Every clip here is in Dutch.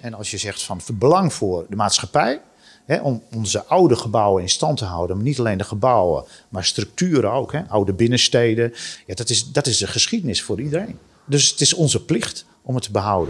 En als je zegt van belang voor de maatschappij, om onze oude gebouwen in stand te houden, maar niet alleen de gebouwen, maar structuren ook, oude binnensteden. Ja, dat is de geschiedenis voor iedereen. Dus het is onze plicht om het te behouden.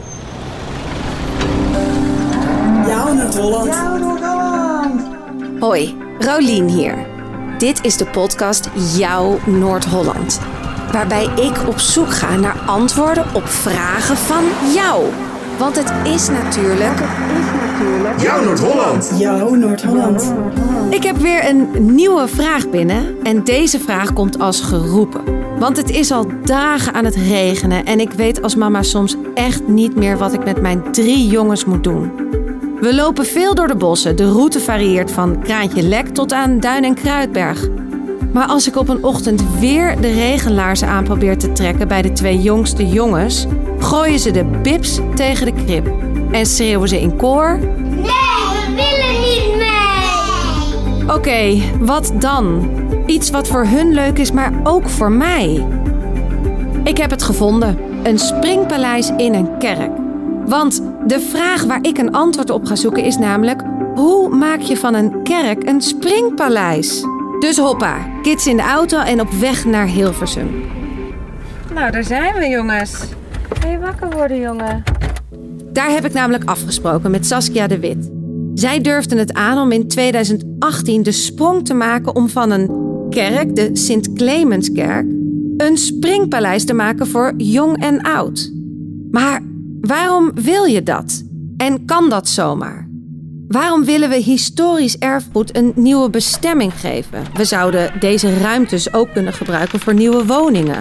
Jouw Noord-Holland. Jouw Noord-Holland. Hoi, Rolien hier. Dit is de podcast Jouw Noord-Holland. Waarbij ik op zoek ga naar antwoorden op vragen van jou. Want het is natuurlijk... Jouw Noord-Holland. Jouw Noord-Holland. Ik heb weer een nieuwe vraag binnen. En deze vraag komt als geroepen. Want het is al dagen aan het regenen. En ik weet als mama soms echt niet meer wat ik met mijn 3 jongens moet doen. We lopen veel door de bossen. De route varieert van Kraantje Lek tot aan Duin en Kruidberg. Maar als ik op een ochtend weer de regenlaarzen aan probeer te trekken bij de 2 jongste jongens, gooien ze de bibs tegen de krib. En schreeuwen ze in koor: Nee, we willen niet mee! Oké, wat dan? Iets wat voor hun leuk is, maar ook voor mij. Ik heb het gevonden. Een springpaleis in een kerk. Want de vraag waar ik een antwoord op ga zoeken is namelijk: hoe maak je van een kerk een springpaleis? Dus hoppa, kids in de auto en op weg naar Hilversum. Nou, daar zijn we, jongens. Ga je wakker worden, jongen? Daar heb ik namelijk afgesproken met Saskia de Wit. Zij durfde het aan om in 2018 de sprong te maken om van een kerk, de Sint-Clemenskerk, een springpaleis te maken voor jong en oud. Maar waarom wil je dat? En kan dat zomaar? Waarom willen we historisch erfgoed een nieuwe bestemming geven? We zouden deze ruimtes ook kunnen gebruiken voor nieuwe woningen.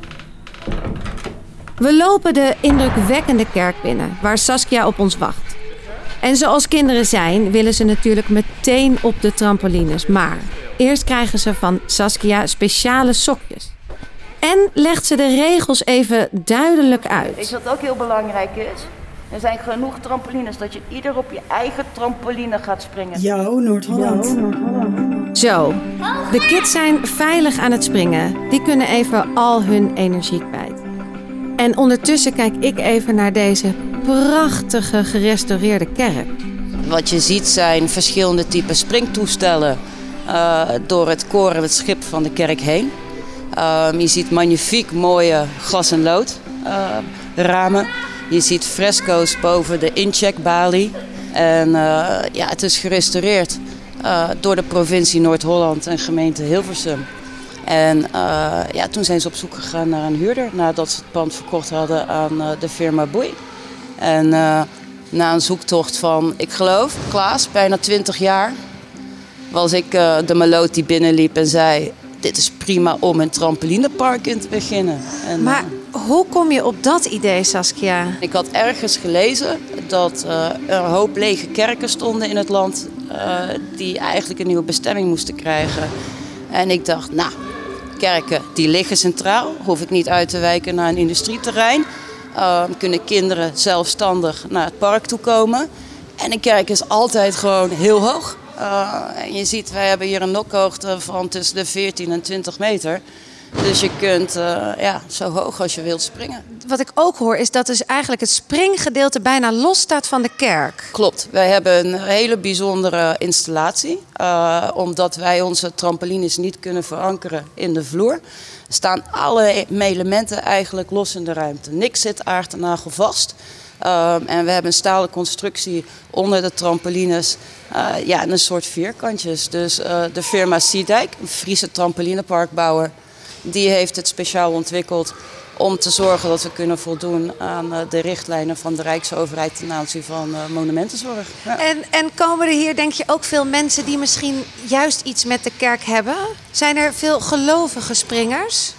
We lopen de indrukwekkende kerk binnen, waar Saskia op ons wacht. En zoals kinderen zijn, willen ze natuurlijk meteen op de trampolines. Maar eerst krijgen ze van Saskia speciale sokjes. En legt ze de regels even duidelijk uit. Weet je wat ook heel belangrijk is? Er zijn genoeg trampolines dat je ieder op je eigen trampoline gaat springen. Jouw Noord-Holland. Zo, de kids zijn veilig aan het springen. Die kunnen even al hun energie kwijt. En ondertussen kijk ik even naar deze prachtige gerestaureerde kerk. Wat je ziet zijn verschillende typen springtoestellen door het koor en het schip van de kerk heen. Je ziet magnifiek mooie glas- en lood ramen. Je ziet fresco's boven de incheckbalie. En het is gerestaureerd door de provincie Noord-Holland en gemeente Hilversum. En toen zijn ze op zoek gegaan naar een huurder nadat ze het pand verkocht hadden aan de firma Boei. En na een zoektocht van, ik geloof, Klaas, bijna 20 jaar, was ik de maloot die binnenliep en zei: dit is prima om een trampolinepark in te beginnen. En, Maar hoe kom je op dat idee, Saskia? ik had ergens gelezen dat er een hoop lege kerken stonden in het land die eigenlijk een nieuwe bestemming moesten krijgen. En ik dacht, kerken die liggen centraal, hoef ik niet uit te wijken naar een industrieterrein. Kunnen kinderen zelfstandig naar het park toe komen. En een kerk is altijd gewoon heel hoog. En je ziet, wij hebben hier een nokhoogte van tussen de 14 en 20 meter. Dus je kunt zo hoog als je wilt springen. Wat ik ook hoor is dat dus eigenlijk het springgedeelte bijna los staat van de kerk. Klopt, wij hebben een hele bijzondere installatie. Omdat wij onze trampolines niet kunnen verankeren in de vloer, staan alle elementen eigenlijk los in de ruimte. Niks zit aard en nagel vast. En we hebben een stalen constructie onder de trampolines. En een soort vierkantjes. Dus de firma Siedijk, een Friese trampolineparkbouwer, die heeft het speciaal ontwikkeld om te zorgen dat we kunnen voldoen aan de richtlijnen van de Rijksoverheid ten aanzien van monumentenzorg. Ja. En komen er hier, denk je, ook veel mensen die misschien juist iets met de kerk hebben? Zijn er veel gelovige springers?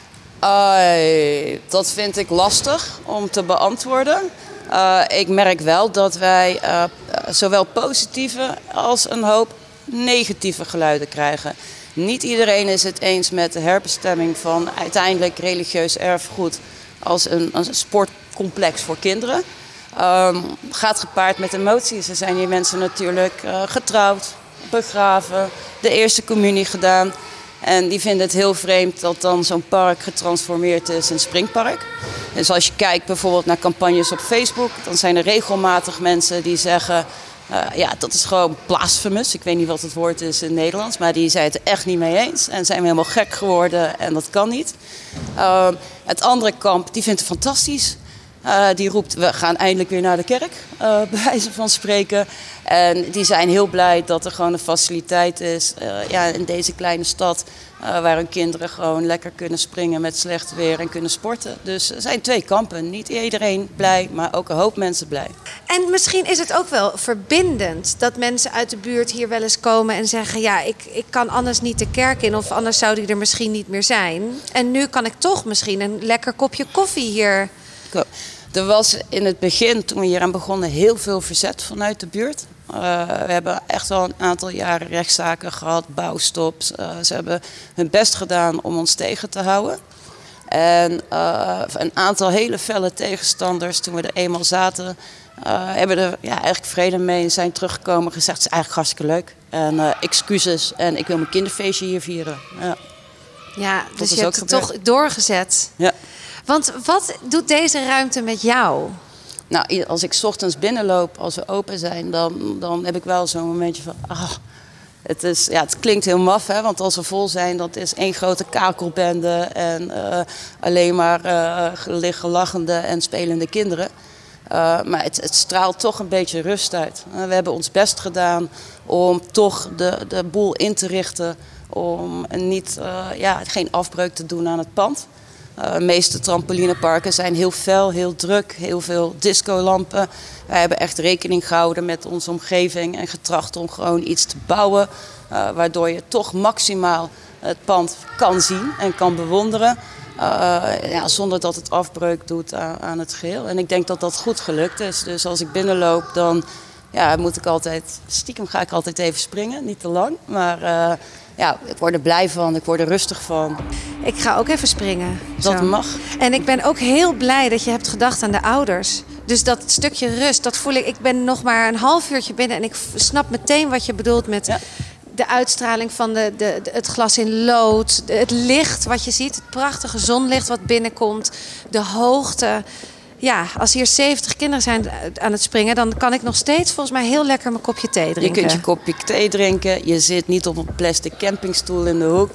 Dat vind ik lastig om te beantwoorden. Ik merk wel dat wij zowel positieve als een hoop negatieve geluiden krijgen. Niet iedereen is het eens met de herbestemming van uiteindelijk religieus erfgoed als een sportcomplex voor kinderen. Gaat gepaard met emoties. Er zijn hier mensen natuurlijk getrouwd, begraven, de eerste communie gedaan. En die vinden het heel vreemd dat dan zo'n park getransformeerd is in een springpark. Dus als je kijkt bijvoorbeeld naar campagnes op Facebook, dan zijn er regelmatig mensen die zeggen, dat is gewoon blasphemous. Ik weet niet wat het woord is in het Nederlands, maar die zijn het er echt niet mee eens. En zijn helemaal gek geworden en dat kan niet. Het andere kamp, die vindt het fantastisch. Die roept, we gaan eindelijk weer naar de kerk, bij wijze van spreken. En die zijn heel blij dat er gewoon een faciliteit is in deze kleine stad, waar hun kinderen gewoon lekker kunnen springen met slecht weer en kunnen sporten. Dus er zijn 2 kampen. Niet iedereen blij, maar ook een hoop mensen blij. En misschien is het ook wel verbindend dat mensen uit de buurt hier wel eens komen en zeggen, ja, ik kan anders niet de kerk in of anders zou die er misschien niet meer zijn. En nu kan ik toch misschien een lekker kopje koffie hier. Er was in het begin, toen we hier aan begonnen, heel veel verzet vanuit de buurt. We hebben echt al een aantal jaren rechtszaken gehad, bouwstops. Ze hebben hun best gedaan om ons tegen te houden. En een aantal hele felle tegenstanders, toen we er eenmaal zaten, hebben er eigenlijk vrede mee en zijn teruggekomen en gezegd, het is eigenlijk hartstikke leuk. En excuses en ik wil mijn kinderfeestje hier vieren. Ja, dus je hebt het toch doorgezet. Ja. Want wat doet deze ruimte met jou? Nou, als ik 's ochtends binnenloop, als we open zijn, dan heb ik wel zo'n momentje van, het klinkt heel maf, hè, want als we vol zijn, dat is één grote kakelbende en alleen maar liggen lachende en spelende kinderen. Maar het straalt toch een beetje rust uit. We hebben ons best gedaan om toch de boel in te richten, om geen afbreuk te doen aan het pand. De meeste trampolineparken zijn heel fel, heel druk, heel veel discolampen. Wij hebben echt rekening gehouden met onze omgeving en getracht om gewoon iets te bouwen, waardoor je toch maximaal het pand kan zien en kan bewonderen, zonder dat het afbreuk doet aan het geheel. En ik denk dat dat goed gelukt is. Dus als ik binnenloop, dan moet ik stiekem ga ik altijd even springen, niet te lang, maar ik word er blij van, ik word er rustig van. Ik ga ook even springen. Dat mag. En ik ben ook heel blij dat je hebt gedacht aan de ouders. Dus dat stukje rust, dat voel ik. Ik ben nog maar een half uurtje binnen en ik snap meteen wat je bedoelt met de uitstraling van het glas in lood. Het licht wat je ziet, het prachtige zonlicht wat binnenkomt. De hoogte. Ja, als hier 70 kinderen zijn aan het springen, dan kan ik nog steeds volgens mij heel lekker mijn kopje thee drinken. Je kunt je kopje thee drinken. Je zit niet op een plastic campingstoel in de hoek.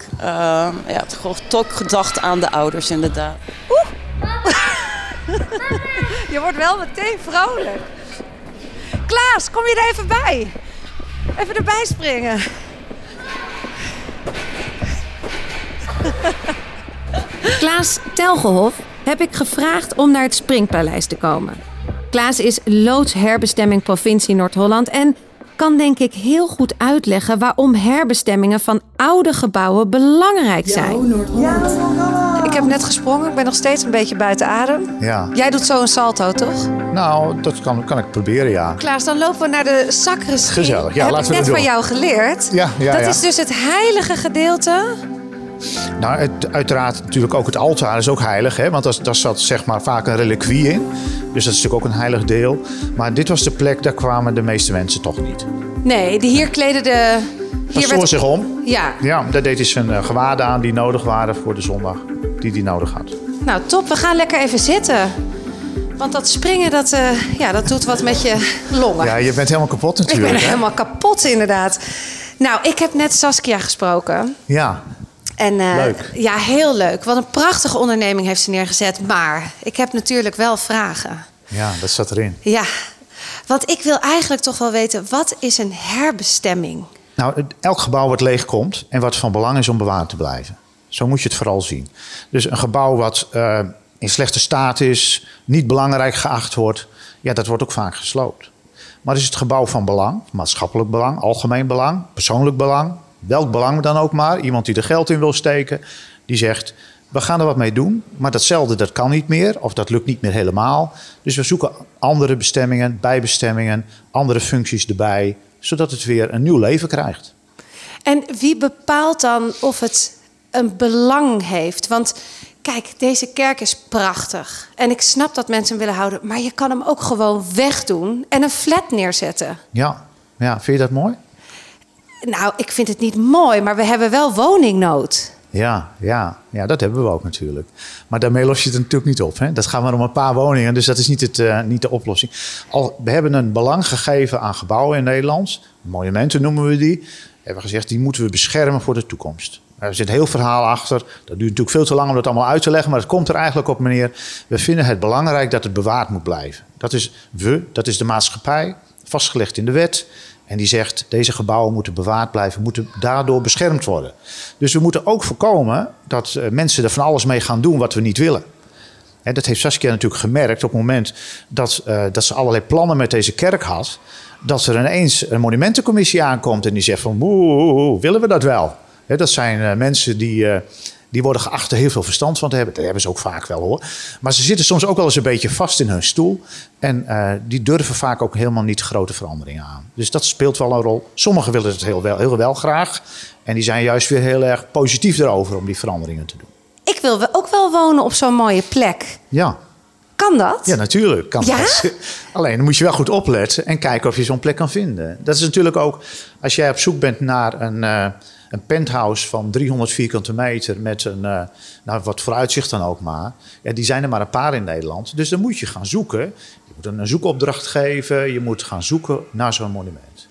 Toch gedacht aan de ouders inderdaad. Je wordt wel meteen vrolijk. Klaas, kom je er even bij? Even erbij springen. Klaas Telgehof heb ik gevraagd om naar het Springpaleis te komen. Klaas is loodsherbestemming provincie Noord-Holland en kan denk ik heel goed uitleggen waarom herbestemmingen van oude gebouwen belangrijk zijn. Jouw Noord-Holland. Ik heb net gesprongen, ik ben nog steeds een beetje buiten adem. Ja. Jij doet zo een salto, toch? Nou, dat kan ik proberen, ja. Klaas, dan lopen we naar de sacristie. Gezellig, ja, heb laten ik we net dat van doen. jou geleerd. Ja. Dat is dus het heilige gedeelte. Nou, uiteraard natuurlijk ook het altaar is ook heilig, hè? Want daar zat zeg maar vaak een reliquie in. Dus dat is natuurlijk ook een heilig deel. Maar dit was de plek, daar kwamen de meeste mensen toch niet. Nee, hier kleden de... Pastoor zich om. Ja. Ja, daar deed hij zijn gewaden aan die nodig waren voor de zondag die hij nodig had. Nou, top. We gaan lekker even zitten. Want dat springen, dat doet wat met je longen. Ja, je bent helemaal kapot Ik natuurlijk. ben hè? helemaal kapot, inderdaad. Nou, ik heb net Saskia gesproken. Ja, En, leuk. Ja, heel leuk. Wat een prachtige onderneming heeft ze neergezet. Maar ik heb natuurlijk wel vragen. ja, dat zat erin. Ja, want ik wil eigenlijk toch wel weten, wat is een herbestemming? Nou, elk gebouw wat leeg komt en wat van belang is om bewaard te blijven. Zo moet je het vooral zien. Dus een gebouw wat in slechte staat is, niet belangrijk geacht wordt, ja, dat wordt ook vaak gesloopt. Maar is het gebouw van belang, maatschappelijk belang, algemeen belang, persoonlijk belang, welk belang dan ook maar, iemand die er geld in wil steken, die zegt, we gaan er wat mee doen, maar datzelfde dat kan niet meer of dat lukt niet meer helemaal. Dus we zoeken andere bestemmingen, bijbestemmingen, andere functies erbij, zodat het weer een nieuw leven krijgt. En wie bepaalt dan of het een belang heeft? Want kijk, deze kerk is prachtig. En ik snap dat mensen hem willen houden, maar je kan hem ook gewoon wegdoen en een flat neerzetten. Ja, vind je dat mooi? Nou, ik vind het niet mooi, maar we hebben wel woningnood. Ja, dat hebben we ook natuurlijk. Maar daarmee los je het natuurlijk niet op. Hè? Dat gaat maar om een paar woningen, dus dat is niet de oplossing. We hebben een belang gegeven aan gebouwen in Nederland. Monumenten noemen we die. We hebben gezegd, die moeten we beschermen voor de toekomst. Er zit een heel verhaal achter. Dat duurt natuurlijk veel te lang om dat allemaal uit te leggen. Maar het komt er eigenlijk op neer. We vinden het belangrijk dat het bewaard moet blijven. Dat is de maatschappij, vastgelegd in de wet. En die zegt, deze gebouwen moeten bewaard blijven, moeten daardoor beschermd worden. Dus we moeten ook voorkomen dat mensen er van alles mee gaan doen wat we niet willen. Dat heeft Saskia natuurlijk gemerkt op het moment dat ze allerlei plannen met deze kerk had. Dat er ineens een monumentencommissie aankomt en die zegt van, willen we dat wel? Dat zijn mensen die worden geacht er heel veel verstand van te hebben. Dat hebben ze ook vaak wel hoor. Maar ze zitten soms ook wel eens een beetje vast in hun stoel. En die durven vaak ook helemaal niet grote veranderingen aan. Dus dat speelt wel een rol. Sommigen willen het heel wel graag. En die zijn juist weer heel erg positief erover om die veranderingen te doen. Ik wil ook wel wonen op zo'n mooie plek. Ja. Kan dat? Ja, natuurlijk kan dat. Alleen dan moet je wel goed opletten en kijken of je zo'n plek kan vinden. Dat is natuurlijk ook, als jij op zoek bent naar een penthouse van 300 vierkante meter met een wat vooruitzicht dan ook maar. Ja, die zijn er maar een paar in Nederland. Dus dan moet je gaan zoeken. Je moet een zoekopdracht geven. Je moet gaan zoeken naar zo'n monument.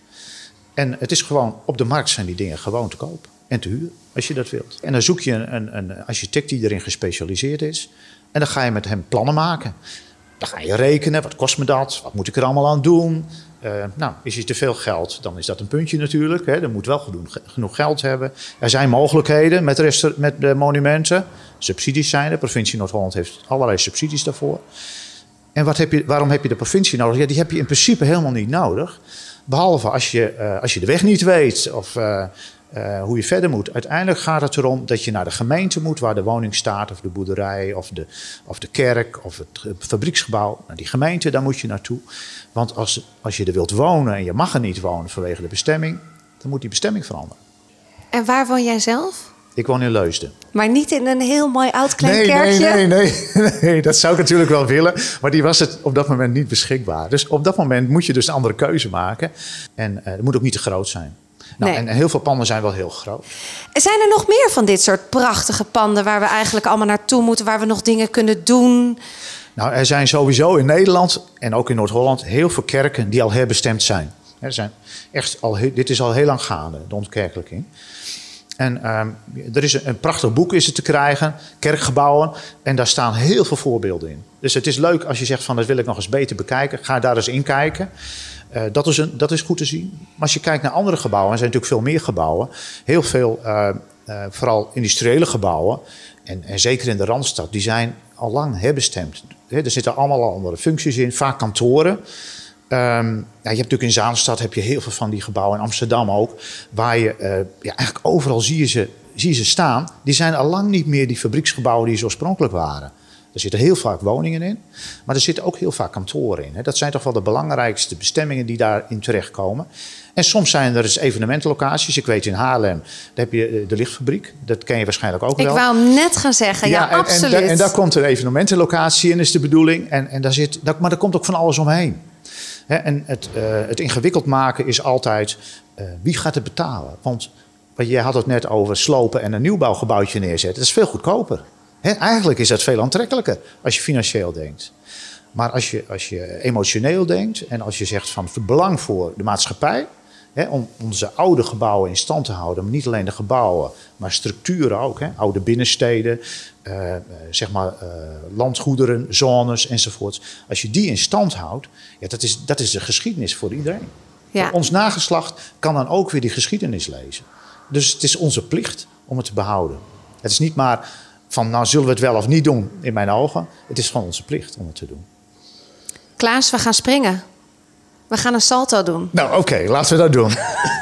En het is gewoon, op de markt zijn die dingen gewoon te koop en te huren, als je dat wilt. En dan zoek je een architect die erin gespecialiseerd is. En dan ga je met hem plannen maken. Dan ga je rekenen, wat kost me dat? Wat moet ik er allemaal aan doen? Is er te veel geld, dan is dat een puntje natuurlijk. Hè. Er moet wel genoeg geld hebben. Er zijn mogelijkheden met de monumenten. Subsidies zijn er. De provincie Noord-Holland heeft allerlei subsidies daarvoor. En waarom heb je de provincie nodig? Ja, die heb je in principe helemaal niet nodig. Behalve als je de weg niet weet of hoe je verder moet. Uiteindelijk gaat het erom dat je naar de gemeente moet, waar de woning staat, of de boerderij, of de kerk, of het fabrieksgebouw. Naar die gemeente, daar moet je naartoe. Want als je er wilt wonen en je mag er niet wonen vanwege de bestemming, dan moet die bestemming veranderen. En waar woon jij zelf? Ik woon in Leusden. Maar niet in een heel mooi oud klein kerkje? Nee, dat zou ik natuurlijk wel willen. Maar die was het op dat moment niet beschikbaar. Dus op dat moment moet je dus een andere keuze maken. En het moet ook niet te groot zijn. En heel veel panden zijn wel heel groot. Zijn er nog meer van dit soort prachtige panden waar we eigenlijk allemaal naartoe moeten, waar we nog dingen kunnen doen? Nou, er zijn sowieso in Nederland en ook in Noord-Holland heel veel kerken die al herbestemd zijn. Dit is al heel lang gaande, de ontkerkelijking. En er is een prachtig boek is er te krijgen, Kerkgebouwen. En daar staan heel veel voorbeelden in. Dus het is leuk als je zegt van dat wil ik nog eens beter bekijken. Ga daar eens in kijken. Dat is goed te zien. Maar als je kijkt naar andere gebouwen, er zijn natuurlijk veel meer gebouwen. Heel veel, vooral industriële gebouwen. En zeker in de Randstad, die zijn al lang herbestemd. Er zitten allemaal andere functies in, vaak kantoren. Je hebt natuurlijk in Zaanstad heb je heel veel van die gebouwen, in Amsterdam ook, waar je eigenlijk overal zie je ze staan. Die zijn al lang niet meer die fabrieksgebouwen die ze oorspronkelijk waren. Er zitten heel vaak woningen in, maar er zitten ook heel vaak kantoren in. Dat zijn toch wel de belangrijkste bestemmingen die daarin terechtkomen. En soms zijn er dus evenementenlocaties. Ik weet in Haarlem, daar heb je de lichtfabriek. Dat ken je waarschijnlijk ook wel. Ik wou hem net gaan zeggen, ja absoluut. En daar komt een evenementenlocatie in, is de bedoeling. Maar er komt ook van alles omheen. En het ingewikkeld maken is altijd, wie gaat het betalen? Want jij had het net over slopen en een nieuwbouwgebouwtje neerzetten. Dat is veel goedkoper. Eigenlijk is dat veel aantrekkelijker als je financieel denkt. Maar als je emotioneel denkt en als je zegt van het belang voor de maatschappij, om onze oude gebouwen in stand te houden, maar niet alleen de gebouwen, maar structuren ook, oude binnensteden, landgoederen, zones enzovoort. Als je die in stand houdt, dat is de geschiedenis voor iedereen. Ja. Ons nageslacht kan dan ook weer die geschiedenis lezen. Dus het is onze plicht om het te behouden. Het is niet maar van, zullen we het wel of niet doen, in mijn ogen. Het is gewoon onze plicht om het te doen. Klaas, we gaan springen. We gaan een salto doen. Nou, oké, laten we dat doen.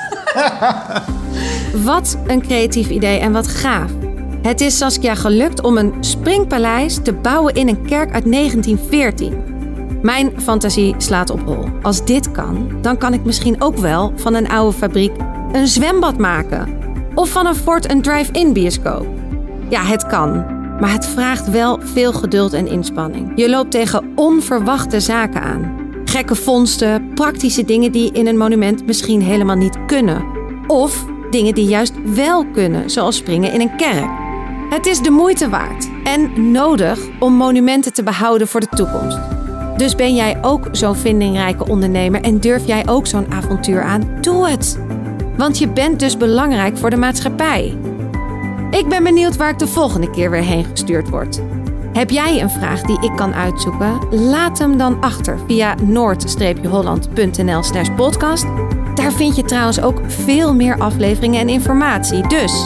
Wat een creatief idee en wat gaaf. Het is Saskia gelukt om een springpaleis te bouwen in een kerk uit 1914. Mijn fantasie slaat op hol. Als dit kan, dan kan ik misschien ook wel van een oude fabriek een zwembad maken. Of van een fort een drive-in bioscoop. Ja, het kan. Maar het vraagt wel veel geduld en inspanning. Je loopt tegen onverwachte zaken aan. Gekke vondsten, praktische dingen die in een monument misschien helemaal niet kunnen. Of dingen die juist wel kunnen, zoals springen in een kerk. Het is de moeite waard en nodig om monumenten te behouden voor de toekomst. Dus ben jij ook zo'n vindingrijke ondernemer en durf jij ook zo'n avontuur aan? Doe het! Want je bent dus belangrijk voor de maatschappij. Ik ben benieuwd waar ik de volgende keer weer heen gestuurd word. Heb jij een vraag die ik kan uitzoeken? Laat hem dan achter via noord-holland.nl/podcast. Daar vind je trouwens ook veel meer afleveringen en informatie. Dus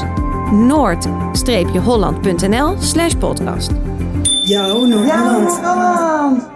noord-holland.nl/podcast. Jouw Noord-Holland.